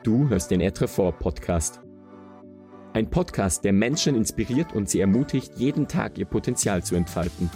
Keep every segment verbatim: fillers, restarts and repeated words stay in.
Du hörst den Etrefort Podcast. Ein Podcast, der Menschen inspiriert und sie ermutigt, jeden Tag ihr Potenzial zu entfalten.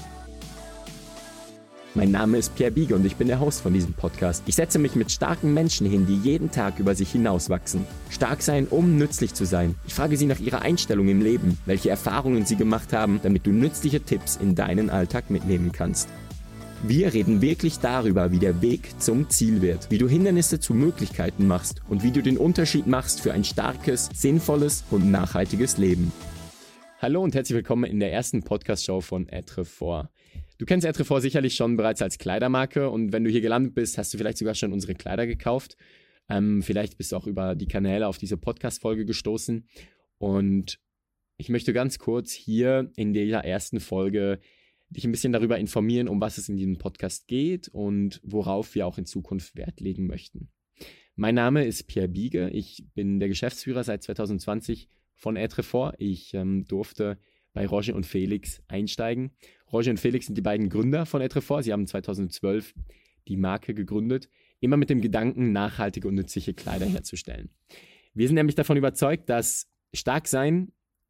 Mein Name ist Pierre Bieger und ich bin der Host von diesem Podcast. Ich setze mich mit starken Menschen hin, die jeden Tag über sich hinauswachsen. Stark sein, um nützlich zu sein. Ich frage sie nach ihrer Einstellung im Leben, welche Erfahrungen sie gemacht haben, damit du nützliche Tipps in deinen Alltag mitnehmen kannst. Wir reden wirklich darüber, wie der Weg zum Ziel wird, wie du Hindernisse zu Möglichkeiten machst und wie du den Unterschied machst für ein starkes, sinnvolles und nachhaltiges Leben. Hallo und herzlich willkommen in der ersten Podcast-Show von Etrefort. Du kennst Etrefort sicherlich schon bereits als Kleidermarke und wenn du hier gelandet bist, hast du vielleicht sogar schon unsere Kleider gekauft. Ähm, vielleicht bist du auch über die Kanäle auf diese Podcast-Folge gestoßen und ich möchte ganz kurz hier in dieser ersten Folge dich ein bisschen darüber informieren, um was es in diesem Podcast geht und worauf wir auch in Zukunft Wert legen möchten. Mein Name ist Pierre Bieger, ich bin der Geschäftsführer seit zwanzig zwanzig von Etrefort. Ich ähm, durfte bei Roger und Felix einsteigen. Roger und Felix sind die beiden Gründer von Etrefort. Sie haben zwanzig zwölf die Marke gegründet, immer mit dem Gedanken, nachhaltige und nützliche Kleider herzustellen. Wir sind nämlich davon überzeugt, dass stark sein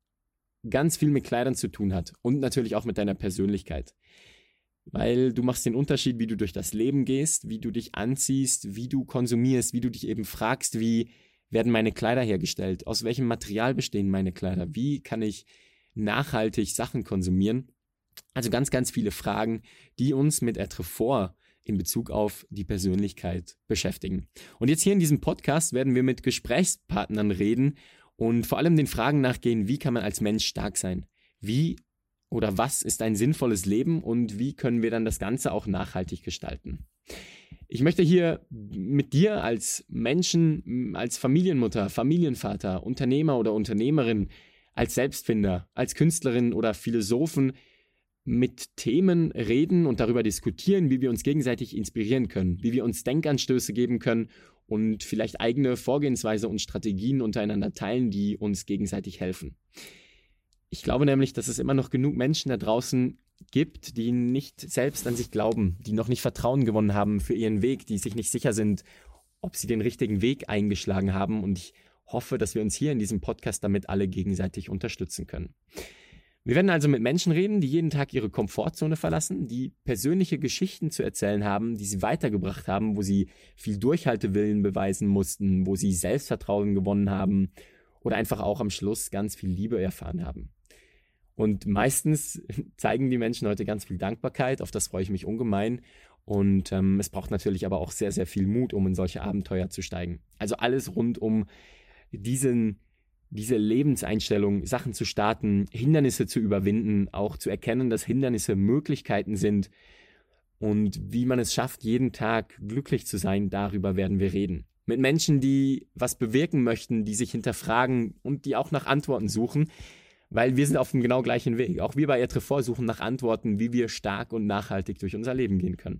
ganz viel mit Kleidern zu tun hat und natürlich auch mit deiner Persönlichkeit. Weil du machst den Unterschied, wie du durch das Leben gehst, wie du dich anziehst, wie du konsumierst, wie du dich eben fragst, wie werden meine Kleider hergestellt, aus welchem Material bestehen meine Kleider, wie kann ich nachhaltig Sachen konsumieren. Also ganz, ganz viele Fragen, die uns mit Etrefort in Bezug auf die Persönlichkeit beschäftigen. Und jetzt hier in diesem Podcast werden wir mit Gesprächspartnern reden und vor allem den Fragen nachgehen, wie kann man als Mensch stark sein? Wie oder was ist ein sinnvolles Leben und wie können wir dann das Ganze auch nachhaltig gestalten? Ich möchte hier mit dir als Menschen, als Familienmutter, Familienvater, Unternehmer oder Unternehmerin, als Selbstfinder, als Künstlerin oder Philosophen mit Themen reden und darüber diskutieren, wie wir uns gegenseitig inspirieren können, wie wir uns Denkanstöße geben können und vielleicht eigene Vorgehensweise und Strategien untereinander teilen, die uns gegenseitig helfen. Ich glaube nämlich, dass es immer noch genug Menschen da draußen gibt, die nicht selbst an sich glauben, die noch nicht Vertrauen gewonnen haben für ihren Weg, die sich nicht sicher sind, ob sie den richtigen Weg eingeschlagen haben. Und ich hoffe, dass wir uns hier in diesem Podcast damit alle gegenseitig unterstützen können. Wir werden also mit Menschen reden, die jeden Tag ihre Komfortzone verlassen, die persönliche Geschichten zu erzählen haben, die sie weitergebracht haben, wo sie viel Durchhaltewillen beweisen mussten, wo sie Selbstvertrauen gewonnen haben oder einfach auch am Schluss ganz viel Liebe erfahren haben. Und meistens zeigen die Menschen heute ganz viel Dankbarkeit, auf das freue ich mich ungemein. Und ähm, es braucht natürlich aber auch sehr, sehr viel Mut, um in solche Abenteuer zu steigen. Also alles rund um diesen diese Lebenseinstellung, Sachen zu starten, Hindernisse zu überwinden, auch zu erkennen, dass Hindernisse Möglichkeiten sind und wie man es schafft, jeden Tag glücklich zu sein, darüber werden wir reden. Mit Menschen, die was bewirken möchten, die sich hinterfragen und die auch nach Antworten suchen, weil wir sind auf dem genau gleichen Weg. Auch wir bei Etrefort suchen nach Antworten, wie wir stark und nachhaltig durch unser Leben gehen können.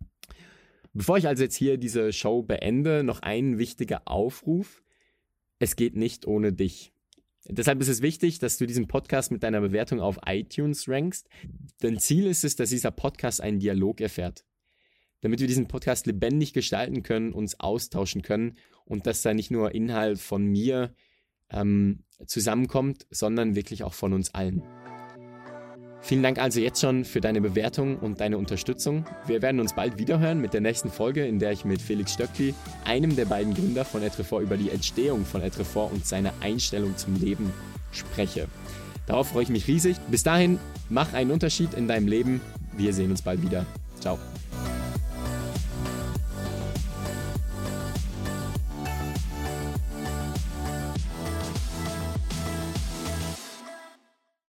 Bevor ich also jetzt hier diese Show beende, noch ein wichtiger Aufruf. Es geht nicht ohne dich. Deshalb ist es wichtig, dass du diesen Podcast mit deiner Bewertung auf iTunes rankst. Denn Ziel ist es, dass dieser Podcast einen Dialog erfährt. Damit wir diesen Podcast lebendig gestalten können, uns austauschen können und dass da nicht nur Inhalt von mir ähm, zusammenkommt, sondern wirklich auch von uns allen. Vielen Dank also jetzt schon für deine Bewertung und deine Unterstützung. Wir werden uns bald wiederhören mit der nächsten Folge, in der ich mit Felix Stöckli, einem der beiden Gründer von Etrefort, über die Entstehung von Etrefort und seine Einstellung zum Leben spreche. Darauf freue ich mich riesig. Bis dahin, mach einen Unterschied in deinem Leben. Wir sehen uns bald wieder. Ciao.